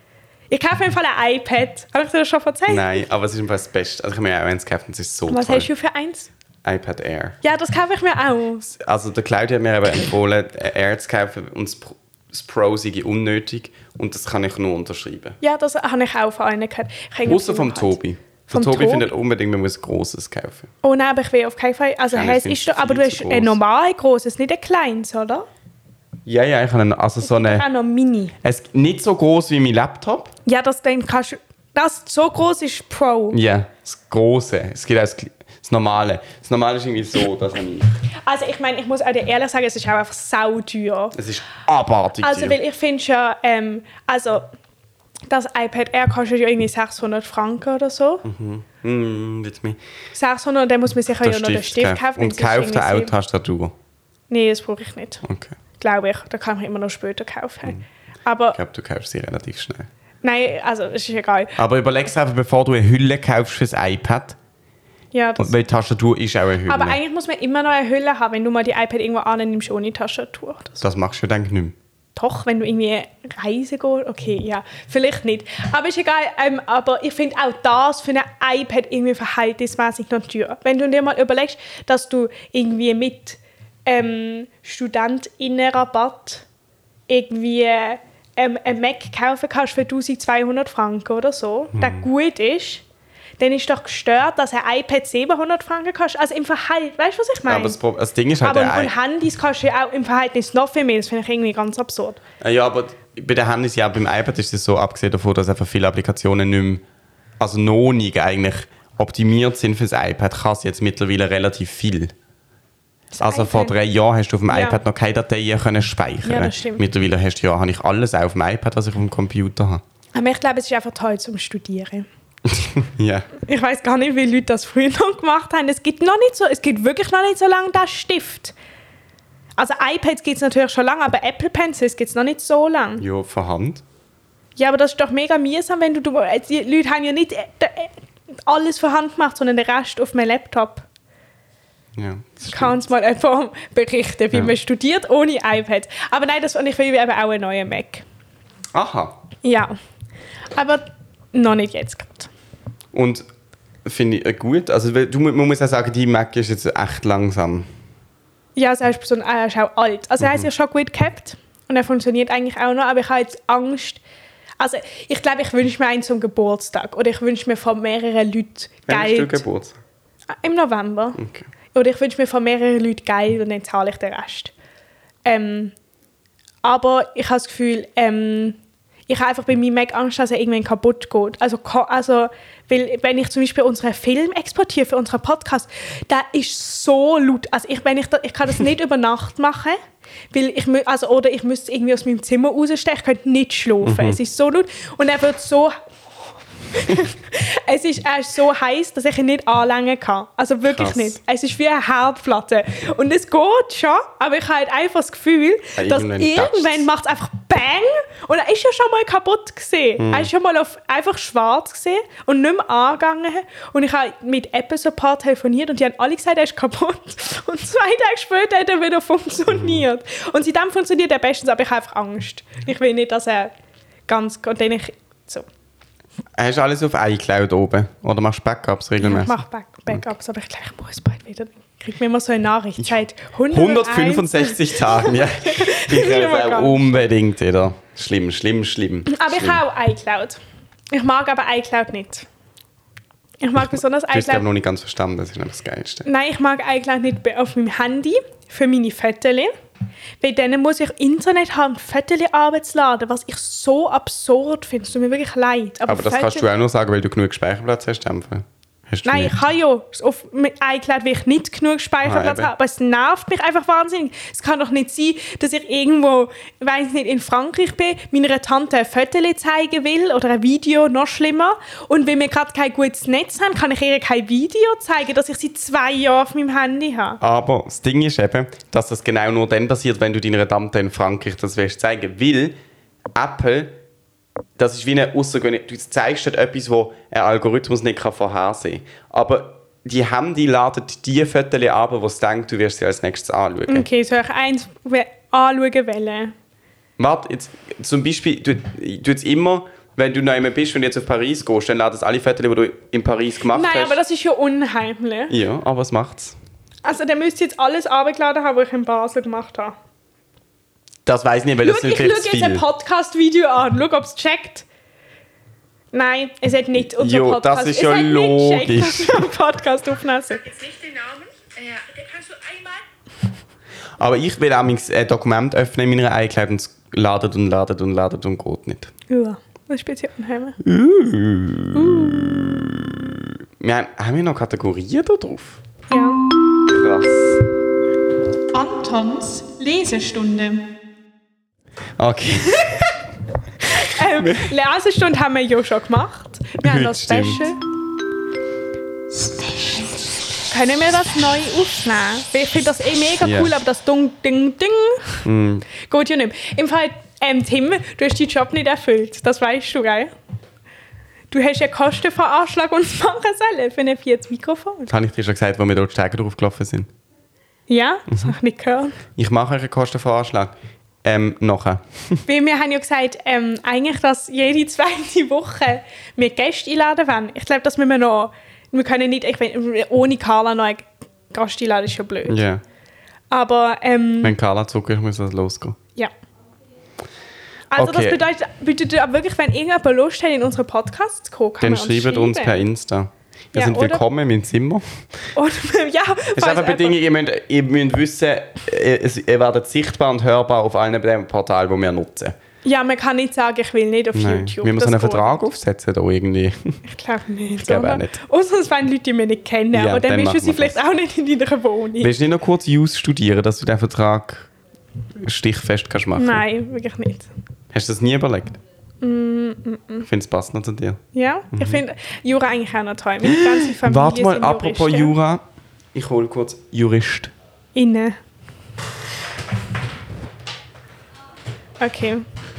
[SPEAKER 2] Ich kaufe im Fall ein iPad. Habe ich dir das schon erzählt?
[SPEAKER 1] Nein, aber es ist im Fall das Beste. Also ich habe mir auch eins gekauft und es ist so
[SPEAKER 2] Was
[SPEAKER 1] toll.
[SPEAKER 2] hast du für eins?
[SPEAKER 1] iPad Air.
[SPEAKER 2] Ja, das kaufe ich mir auch.
[SPEAKER 1] Also der Claudia hat mir aber empfohlen, Air zu kaufen und das Pro, das Pro sei unnötig und das kann ich nur unterschreiben.
[SPEAKER 2] Ja, das habe ich auch von einem gehört.
[SPEAKER 1] Außer vom Tobi. Vom Tobi, Tobi findet unbedingt, man muss ein grosses kaufen.
[SPEAKER 2] Oh nein, aber ich will auf keinen Fall... Also ja, es ist doch, aber du hast ein normal grosses, nicht ein kleines, oder?
[SPEAKER 1] Ja, ja, ich habe eine, also so eine...
[SPEAKER 2] auch noch mini.
[SPEAKER 1] Es ist nicht so groß wie mein Laptop.
[SPEAKER 2] Ja, das dann kannst du... Das so groß ist Pro.
[SPEAKER 1] Ja, das Große. Es gibt auch das, das Normale. Das Normale ist irgendwie so, das habe ich.
[SPEAKER 2] Also ich meine, ich muss auch dir ehrlich sagen, es ist auch einfach sauteuer.
[SPEAKER 1] Es ist abartig
[SPEAKER 2] Also weil ich finde ja... Ähm, also das iPad Air kostet ja irgendwie sechshundert Franken oder so.
[SPEAKER 1] Mhm. Mm, mit mir.
[SPEAKER 2] sechshundert, dann muss man sich ja noch den Stift kaufen.
[SPEAKER 1] Und kauft auch Tastatur?
[SPEAKER 2] Nein, das brauche ich nicht.
[SPEAKER 1] Okay.
[SPEAKER 2] Glaube ich. Da kann ich immer noch später kaufen. Mhm. Aber,
[SPEAKER 1] ich glaube, du kaufst sie relativ schnell.
[SPEAKER 2] Nein, also es ist egal.
[SPEAKER 1] Aber überleg es einfach, bevor du eine Hülle kaufst fürs iPad.
[SPEAKER 2] Ja, das...
[SPEAKER 1] Weil die Tastatur ist auch eine Hülle.
[SPEAKER 2] Aber eigentlich muss man immer noch eine Hülle haben, wenn du mal die iPad irgendwo annimmst ohne Tastatur.
[SPEAKER 1] Das, das machst du dann nicht mehr.
[SPEAKER 2] Doch, wenn du irgendwie reisen gehst, okay, ja, vielleicht nicht. Aber ist egal, ähm, aber ich finde auch das für ein iPad irgendwie verhältnismäßig noch teuer. Wenn du dir mal überlegst, dass du irgendwie mit ähm, StudentInnenrabatt irgendwie ähm, einen Mac kaufen kannst für eintausendzweihundert Franken oder so, hm. der gut ist, dann ist doch gestört, dass ein iPad siebenhundert Franken kostet. Also im Verhältnis, weißt du, was ich meine?
[SPEAKER 1] Aber das, das Ding ist halt...
[SPEAKER 2] Aber und Handys kostet ja auch im Verhältnis noch viel mehr. Das finde ich irgendwie ganz absurd.
[SPEAKER 1] Ja, aber bei den Handys, ja, beim iPad ist es so, abgesehen davon, dass einfach viele Applikationen nicht mehr, also noch nicht eigentlich optimiert sind für das iPad, kann es jetzt mittlerweile relativ viel. Das also iPad. Vor drei Jahren hast du auf dem ja. iPad noch keine Dateien können speichern.
[SPEAKER 2] Ja, das stimmt.
[SPEAKER 1] Mittlerweile hast du, ja, habe ich alles auf dem iPad, was ich auf dem Computer habe.
[SPEAKER 2] Aber ich glaube, es ist einfach toll zum Studieren.
[SPEAKER 1] Ja.
[SPEAKER 2] Ich weiß gar nicht, wie Leute das früher noch gemacht haben. Es gibt noch nicht so, es gibt wirklich noch nicht so lange das Stift. Also iPads gibt es natürlich schon lange, aber Apple Pencils gibt es noch nicht so lange.
[SPEAKER 1] Ja, von Hand.
[SPEAKER 2] Ja, aber das ist doch mega mühsam, wenn du, du die Leute haben ja nicht alles von Hand gemacht, sondern den Rest auf einem Laptop.
[SPEAKER 1] Ja,
[SPEAKER 2] ich kann uns mal einfach berichten, wie ja. man studiert ohne iPad. Aber nein, das, und ich will eben auch einen neuen Mac.
[SPEAKER 1] Aha.
[SPEAKER 2] Ja, aber noch nicht jetzt gerade.
[SPEAKER 1] Und finde ich gut. Also du, man muss auch sagen, die Mac ist jetzt echt langsam.
[SPEAKER 2] Ja, also er ist, so, er ist auch alt. Also er ist ja schon gut gehabt und er funktioniert eigentlich auch noch, aber ich habe jetzt Angst. Also ich glaube, ich wünsche mir einen zum Geburtstag oder ich wünsche mir von mehreren Leuten Geld.
[SPEAKER 1] Wann hast du Geburtstag?
[SPEAKER 2] Im November.
[SPEAKER 1] Okay.
[SPEAKER 2] Oder ich wünsche mir von mehreren Leuten Geld und dann zahle ich den Rest. Ähm, aber ich habe das Gefühl, ähm, ich habe einfach bei mir mega Angst, dass er irgendwann kaputt geht. Also, also weil, wenn ich zum Beispiel unseren Film exportiere für unseren Podcast, der ist so laut. Also ich, wenn ich, da, ich kann das nicht über Nacht machen, weil ich, also, oder ich müsste irgendwie aus meinem Zimmer rausstechen, ich könnte nicht schlafen. Mhm. Es ist so laut und er wird so... es ist, er ist so heiß, dass ich ihn nicht anlängen kann. Also wirklich Krass. nicht. Es ist wie eine Herdplatte. Und es geht schon, aber ich habe halt einfach das Gefühl, ja, dass irgendwann macht es einfach Bang und er ist ja schon mal kaputt gesehen. Mm. Er ist schon mal auf einfach schwarz gesehen und nicht mehr angegangen. Und ich habe mit Apple Support telefoniert und die haben alle gesagt, er ist kaputt. Und zwei Tage später hat er wieder funktioniert. Mm. Und seitdem funktioniert er bestens, aber ich habe einfach Angst. Ich will nicht, dass er ganz... Und dann ich, so...
[SPEAKER 1] Hast du alles auf iCloud oben? Oder machst du Backups regelmäßig?
[SPEAKER 2] Ja, ich mache Back- Backups, okay. Aber ich glaube, ich muss bald wieder. Kriegt mir immer so eine Nachricht seit
[SPEAKER 1] hundertfünfundsechzig Tagen, ja. Ich will es auch unbedingt wieder. Schlimm, schlimm, schlimm.
[SPEAKER 2] Aber
[SPEAKER 1] schlimm.
[SPEAKER 2] ich habe auch iCloud. Ich mag aber iCloud nicht. Ich mag besonders iCloud...
[SPEAKER 1] Du hast es noch nicht ganz verstanden, das ist einfach das Geilste.
[SPEAKER 2] Nein, ich mag iCloud nicht auf meinem Handy, für meine Fotos. Bei denen muss ich Internet haben, Fotos abzuladen, was ich so absurd finde. Es tut mir wirklich leid.
[SPEAKER 1] Aber, aber das Fotos kannst du auch nur sagen, weil du genug Speicherplatz hast. Hast
[SPEAKER 2] Nein, nicht? Ich kann ja. Auf iCloud will ich nicht genug Speicherplatz ah, haben, aber es nervt mich einfach wahnsinnig. Es kann doch nicht sein, dass ich irgendwo, ich weiss nicht, in Frankreich bin, meiner Tante ein Foto zeigen will oder ein Video, noch schlimmer. Und wenn wir gerade kein gutes Netz haben, kann ich ihr kein Video zeigen, dass ich sie zwei Jahre auf meinem Handy habe.
[SPEAKER 1] Aber das Ding ist eben, dass das genau nur dann passiert, wenn du deiner Tante in Frankreich das willst zeigen. Weil Apple... Das ist wie eine außergewöhnliche... Du zeigst dort etwas, wo ein Algorithmus nicht vorhersehen kann. Aber die Handy laden die Fotos ab, wo es denkt, du wirst sie als nächstes anschauen.
[SPEAKER 2] Okay, soll ich eins anschauen wollen?
[SPEAKER 1] Warte, jetzt, zum Beispiel, du, du jetzt immer, wenn du noch einmal bist und jetzt auf Paris gehst, dann laden es alle Fotos, die du in Paris gemacht
[SPEAKER 2] Nein,
[SPEAKER 1] hast.
[SPEAKER 2] Nein, aber das ist ja unheimlich.
[SPEAKER 1] Ja, aber was macht's?
[SPEAKER 2] Also, dann müsst ihr jetzt alles abgeladen haben, was ich in Basel gemacht habe.
[SPEAKER 1] Das weiss ich nicht, weil
[SPEAKER 2] Schau,
[SPEAKER 1] das sind
[SPEAKER 2] ich
[SPEAKER 1] vielleicht
[SPEAKER 2] schaue jetzt ein Podcast-Video an. Schau, ob es checkt. Nein, es hat nicht unser
[SPEAKER 1] jo,
[SPEAKER 2] Podcast.
[SPEAKER 1] Das ist ja logisch.
[SPEAKER 2] Checkt, dass wir einen Podcast aufnehmen.
[SPEAKER 3] Ich jetzt nicht den Namen. Ja, den kannst du einmal...
[SPEAKER 1] Aber ich will auch ein Dokument öffnen in meiner iCloud und es ladet und ladet und ladet und geht nicht.
[SPEAKER 2] Ja, was spielt hier unheimlich?
[SPEAKER 1] Uh. Uh. Wir haben, haben wir noch Kategorien da drauf?
[SPEAKER 2] Ja.
[SPEAKER 1] Krass.
[SPEAKER 2] Antons Lesestunde.
[SPEAKER 1] Okay.
[SPEAKER 2] ähm, Lesestunde haben wir ja schon gemacht. Wir haben noch Special. Special. Können wir das neu aufnehmen? Ich finde das eh mega yeah. cool, aber das Dung, Ding, Ding mm. geht ja nicht. Im Fall, ähm, Tim, du hast deinen Job nicht erfüllt. Das weißt du, gell? Du hast ja Kostenvoranschlag uns machen sollen für ein viertes Mikrofon.
[SPEAKER 1] Das habe ich dir schon gesagt, als wir dort Steiger drauf gelaufen sind.
[SPEAKER 2] Ja, das mhm. habe ich nicht gehört.
[SPEAKER 1] Ich mache einen Kostenvoranschlag. Ähm, nachher.
[SPEAKER 2] Weil wir haben ja gesagt, ähm, eigentlich, dass jede zweite Woche wir Gäste einladen wollen. Ich glaube, dass wir noch... Wir können nicht... Ich meine, ohne Carla noch einen Gast einladen, ist ja blöd.
[SPEAKER 1] Ja. Yeah.
[SPEAKER 2] Aber... Ähm,
[SPEAKER 1] wenn Carla zurück ist, muss das losgehen.
[SPEAKER 2] Ja. Also
[SPEAKER 1] okay.
[SPEAKER 2] das bedeutet, bedeutet aber wirklich, wenn irgendjemand Lust hat, in unseren Podcast zu kommen,
[SPEAKER 1] dann schreibt uns, uns per Insta. Wir ja, sind willkommen in meinem Zimmer.
[SPEAKER 2] Oder, ja,
[SPEAKER 1] es ist einfach Bedingung, ihr müsst, ihr müsst wissen, ihr werdet sichtbar und hörbar auf allen Portalen, die wir nutzen.
[SPEAKER 2] Ja, man kann nicht sagen, ich will nicht auf
[SPEAKER 1] Nein.
[SPEAKER 2] YouTube.
[SPEAKER 1] Müssen wir so einen Vertrag nicht aufsetzen da irgendwie?
[SPEAKER 2] Ich glaube nicht.
[SPEAKER 1] Ich glaube auch nicht.
[SPEAKER 2] Außer es wollen Leute, die wir nicht kennen. Ja, aber dann, dann bist du sie vielleicht das. Auch nicht in deiner Wohnung.
[SPEAKER 1] Willst du nicht noch kurz Jus studieren, dass du den Vertrag stichfest kannst machen?
[SPEAKER 2] Nein, wirklich nicht.
[SPEAKER 1] Hast du das nie überlegt?
[SPEAKER 2] Mm, mm, mm.
[SPEAKER 1] Ich finde, es passt noch zu dir.
[SPEAKER 2] Ja, mhm. ich finde Jura eigentlich auch noch toll. Meine ganze Familie
[SPEAKER 1] Warte mal,
[SPEAKER 2] sind
[SPEAKER 1] apropos
[SPEAKER 2] Juristen.
[SPEAKER 1] Jura. Ich hole kurz Jurist.
[SPEAKER 2] Innen. Okay.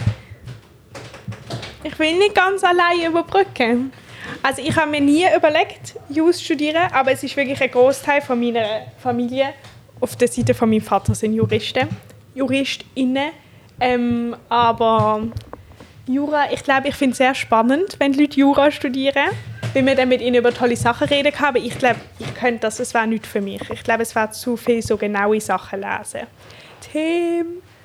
[SPEAKER 2] Ich will nicht ganz allein überbrücken. Also ich habe mir nie überlegt, Jus zu studieren, aber es ist wirklich ein Großteil von meiner Familie. Auf der Seite von meinem Vater sind Juristen, JuristInnen. Ähm, aber Jura, ich glaube, ich finde es sehr spannend, wenn Leute Jura studieren, weil wir dann mit ihnen über tolle Sachen reden können. Aber ich glaube, ich könnte das, es wäre nicht für mich. Ich glaube, es wäre zu viel so genaue Sachen lesen. Tim.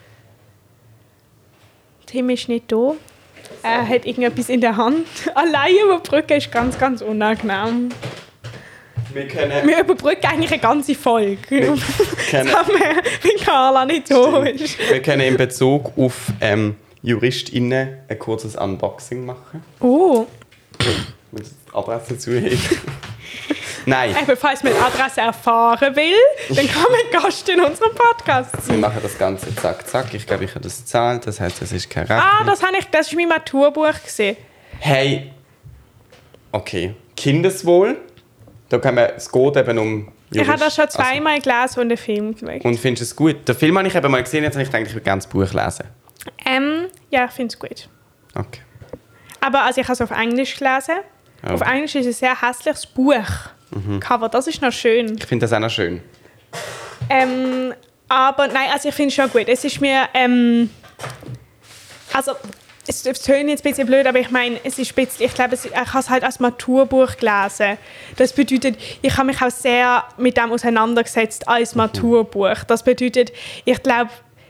[SPEAKER 2] Tim ist nicht da. Er hat irgendetwas in der Hand. Allein überbrücken ist ganz, ganz unangenehm.
[SPEAKER 1] Wir können...
[SPEAKER 2] Wir überbrücken eigentlich eine ganze Folge.
[SPEAKER 1] Wir können,
[SPEAKER 2] Das haben wir, wenn Carla nicht so ist.
[SPEAKER 1] wir können in Bezug auf ähm, JuristInnen ein kurzes Unboxing machen.
[SPEAKER 2] Oh.
[SPEAKER 1] Wenn du die Adresse zuheben. Nein.
[SPEAKER 2] Eben, falls man die Adresse erfahren will, dann kann man Gast in unserem Podcast
[SPEAKER 1] Wir
[SPEAKER 2] sein.
[SPEAKER 1] machen das Ganze zack, zack. Ich glaube, ich habe das gezahlt. Das heisst, das ist keine Rechnung.
[SPEAKER 2] Ah, das habe ich, das ist mein Maturbuch gesehen.
[SPEAKER 1] Hey. Okay. Kindeswohl. Da kann man, es geht eben um
[SPEAKER 2] Ich habe das schon
[SPEAKER 1] Also,
[SPEAKER 2] zweimal gelesen und den Film geschaut.
[SPEAKER 1] und findest du es gut? Den Film habe ich eben mal gesehen, jetzt habe ich gedacht, ich würde gerne das Buch lesen.
[SPEAKER 2] Ähm, ja, ich finde es gut.
[SPEAKER 1] Okay.
[SPEAKER 2] Aber also ich habe es auf Englisch gelesen.
[SPEAKER 1] Oh.
[SPEAKER 2] Auf Englisch ist es ein sehr hässliches Buch. Cover, das ist noch schön.
[SPEAKER 1] Ich finde das auch noch schön.
[SPEAKER 2] Ähm, aber nein, also ich finde es schon gut. Es ist mir, ähm, also es tönt jetzt ein bisschen blöd, aber ich meine, es ist ein bisschen, ich glaube, es- ich habe es halt als Maturbuch gelesen. Das bedeutet, ich habe mich auch sehr mit dem auseinandergesetzt als Maturbuch. Das bedeutet, ich glaube,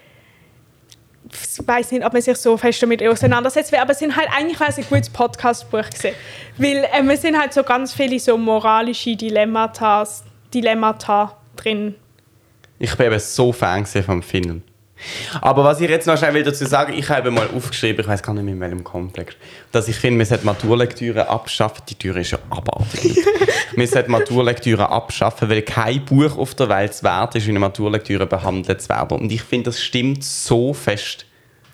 [SPEAKER 2] ich weiß nicht, ob man sich so fest damit auseinandersetzt will, aber es sind halt eigentlich wäre es ein gutes Podcast-Buch gewesen. Weil ähm, es sind halt so ganz viele so moralische Dilemmata, Dilemmata drin.
[SPEAKER 1] Ich bin eben so Fan vom Film. Aber was ich jetzt noch schnell will dazu sagen, ich habe mal aufgeschrieben, ich weiß gar nicht mehr in welchem Kontext, dass ich finde, wir sollten Maturlektüre abschaffen. Die Tür ist ja abartig. Wir sollten Maturlektüre abschaffen, weil kein Buch auf der Welt wert ist, wie eine Maturlektüre behandelt zu werden. Und ich finde, das stimmt so fest.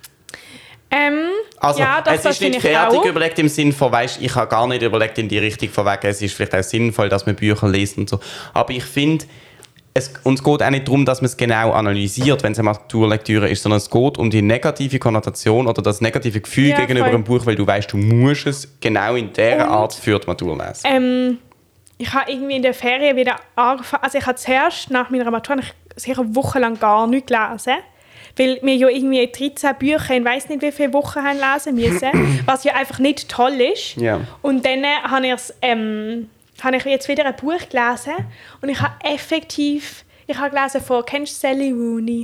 [SPEAKER 2] Ähm,
[SPEAKER 1] Also,
[SPEAKER 2] ja, das,
[SPEAKER 1] es
[SPEAKER 2] das
[SPEAKER 1] ist nicht
[SPEAKER 2] finde ich
[SPEAKER 1] fertig
[SPEAKER 2] auch.
[SPEAKER 1] überlegt im Sinn von, weißt, ich habe gar nicht überlegt in die Richtung von wegen, es ist vielleicht auch sinnvoll, dass man Bücher liest und so. Aber ich finde, es, uns geht auch nicht darum, dass man es genau analysiert, wenn es eine Maturlektüre ist, sondern es geht um die negative Konnotation oder das negative Gefühl
[SPEAKER 2] Ja,
[SPEAKER 1] gegenüber
[SPEAKER 2] voll.
[SPEAKER 1] einem Buch, weil du weißt, du musst es genau in dieser
[SPEAKER 2] Und-
[SPEAKER 1] Art für die Matur lesen.
[SPEAKER 2] Ähm, ich habe irgendwie in der Ferien wieder angefangen, also ich habe zuerst nach meiner Matur habe ich sicher wochenlang gar nicht gelesen, weil wir ja irgendwie dreizehn Bücher in weiss nicht wie viele Wochen haben lesen müssen, was ja einfach nicht toll ist.
[SPEAKER 1] Ja.
[SPEAKER 2] Und dann äh, habe ich, ähm, habe ich jetzt wieder ein Buch gelesen und ich habe effektiv, ich habe gelesen von, kennst du Sally Rooney?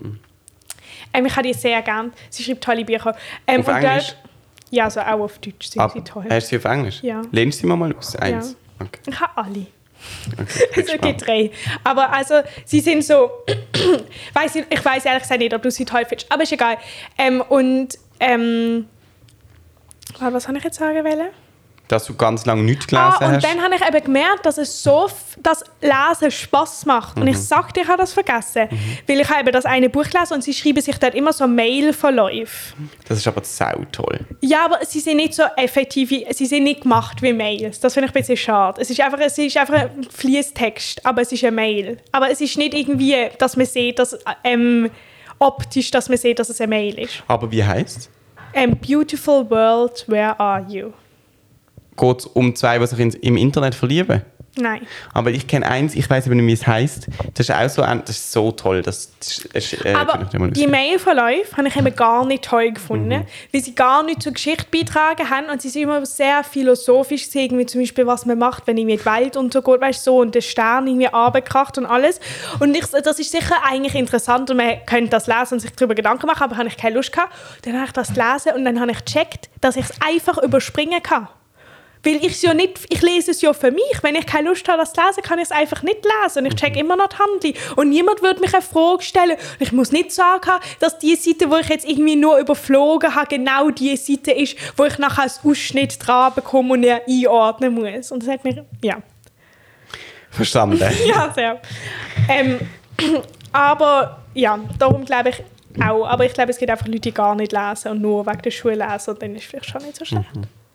[SPEAKER 2] Ähm, ich habe die sehr gern, sie schreibt tolle Bücher. Ähm,
[SPEAKER 1] Auf
[SPEAKER 2] und
[SPEAKER 1] Englisch?
[SPEAKER 2] Dort, ja, so auch auf Deutsch sind
[SPEAKER 1] Ab,
[SPEAKER 2] sie toll.
[SPEAKER 1] hast du sie auf Englisch?
[SPEAKER 2] Ja.
[SPEAKER 1] Lehnst du sie mir mal aus? Eins. Okay.
[SPEAKER 2] Ich habe alle.
[SPEAKER 1] Okay. ich bin
[SPEAKER 2] Also es
[SPEAKER 1] gespannt.
[SPEAKER 2] gibt drei. Aber also, sie sind so... weiss ich ich weiß ehrlich gesagt nicht, ob du sie toll findest. Aber ist egal. Ähm, und... Ähm, warte, was soll ich jetzt sagen wollen?
[SPEAKER 1] Dass du ganz lange nichts gelesen
[SPEAKER 2] Ah, und
[SPEAKER 1] hast.
[SPEAKER 2] dann habe ich eben gemerkt, dass es so... f- dass Lesen Spass macht. Und ich sagte, ich habe das vergessen. Weil ich habe eben das eine Buch gelesen und sie schreiben sich dort immer so Mailverläufe.
[SPEAKER 1] Das ist aber sau toll.
[SPEAKER 2] Ja, aber sie sind nicht so effektiv, wie- sie sind nicht gemacht wie Mails. Das finde ich ein bisschen schade. Es ist einfach, es ist einfach ein Fließtext, aber es ist eine Mail. Aber es ist nicht irgendwie, dass man sieht, dass, ähm, optisch, dass man sieht, dass es eine Mail ist.
[SPEAKER 1] Aber wie heisst es?
[SPEAKER 2] Ähm, Beautiful World, where are you?
[SPEAKER 1] Geht es um zwei, die sich in, im Internet verlieben?
[SPEAKER 2] Nein.
[SPEAKER 1] Aber ich kenne eins, ich weiß aber nicht, wie es heisst. Das ist auch so, ein- das ist so toll. Das, das ist, äh,
[SPEAKER 2] Aber
[SPEAKER 1] vielleicht mal
[SPEAKER 2] die
[SPEAKER 1] ausgehen.
[SPEAKER 2] Mailverläufe habe ich eben gar nicht toll gefunden,
[SPEAKER 1] Mhm.
[SPEAKER 2] weil sie gar nicht zur Geschichte beitragen haben und sie sind immer sehr philosophisch gewesen, wie zum Beispiel, was man macht, wenn irgendwie die Welt untergeht, weißt du, so, und der Stern irgendwie runterkracht und alles. Und ich, das ist sicher eigentlich interessant und man könnte das lesen und sich darüber Gedanken machen, aber habe ich keine Lust gehabt. Dann habe ich das gelesen und dann habe ich gecheckt, dass ich es einfach überspringen kann. Weil ich ja nicht, ich lese es ja für mich. Wenn ich keine Lust habe, das zu lesen, kann ich es einfach nicht lesen. Und ich check immer noch die Handlung. Und niemand würde mich eine Frage stellen. Und ich muss nicht sagen, dass die Seite, wo ich jetzt irgendwie nur überflogen habe, genau die Seite ist, wo ich nachher als Ausschnitt dran bekomme und ihr einordnen muss. Und das hat mir, ja.
[SPEAKER 1] Verstanden.
[SPEAKER 2] Ja, sehr. Ähm, aber ja, darum glaube ich auch. Aber ich glaube, es gibt einfach Leute, die gar nicht lesen und nur wegen der Schule lesen. Und dann ist es vielleicht schon nicht so schlecht.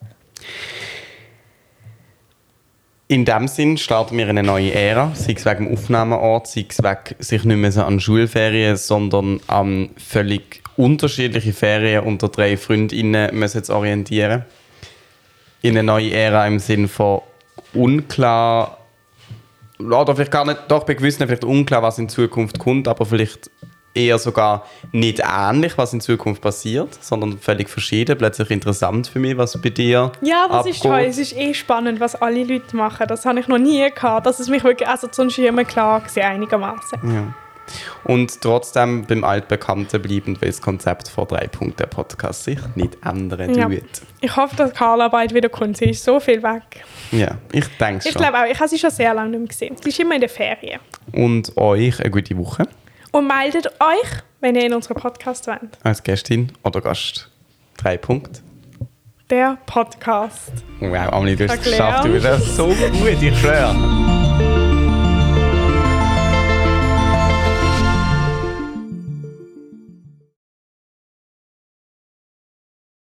[SPEAKER 1] In dem Sinn starten wir in eine neue Ära, sei es wegen dem Aufnahmeort, sei es wegen sich nicht mehr so an Schulferien, sondern an völlig unterschiedliche Ferien unter drei Freundinnen müssen zu orientieren. In eine neue Ära im Sinn von unklar, oder vielleicht gar nicht, doch bei gewissen vielleicht unklar, was in Zukunft kommt, aber vielleicht eher sogar nicht ähnlich, was in Zukunft passiert, sondern völlig verschieden, plötzlich interessant für mich, was bei dir
[SPEAKER 2] Ja, das ist
[SPEAKER 1] abgeht.
[SPEAKER 2] toll. Es ist eh spannend, was alle Leute machen. Das habe ich noch nie gehabt. Dass es mich wirklich, also zum Schirmen klar gesehen, einigermaßen.
[SPEAKER 1] Ja. Und trotzdem beim Altbekannten bleiben, weil das Konzept vor drei Punkten der Podcast sich nicht ändern
[SPEAKER 2] Ja.
[SPEAKER 1] wird.
[SPEAKER 2] Ich hoffe, dass Carla bald wieder kommt. Sie ist so viel weg.
[SPEAKER 1] Ja, ich denke schon.
[SPEAKER 2] Ich glaube auch, ich habe sie schon sehr lange nicht mehr gesehen. Sie ist immer in der Ferien.
[SPEAKER 1] Und euch eine gute Woche
[SPEAKER 2] Und meldet euch, wenn ihr in unseren Podcast wollt.
[SPEAKER 1] als Gästin oder Gast. Drei Punkte.
[SPEAKER 2] Der Podcast.
[SPEAKER 1] Wow, Amelie, du hast es
[SPEAKER 2] Erklären.
[SPEAKER 1] geschafft. Du bist auch so gut, ich schwöre.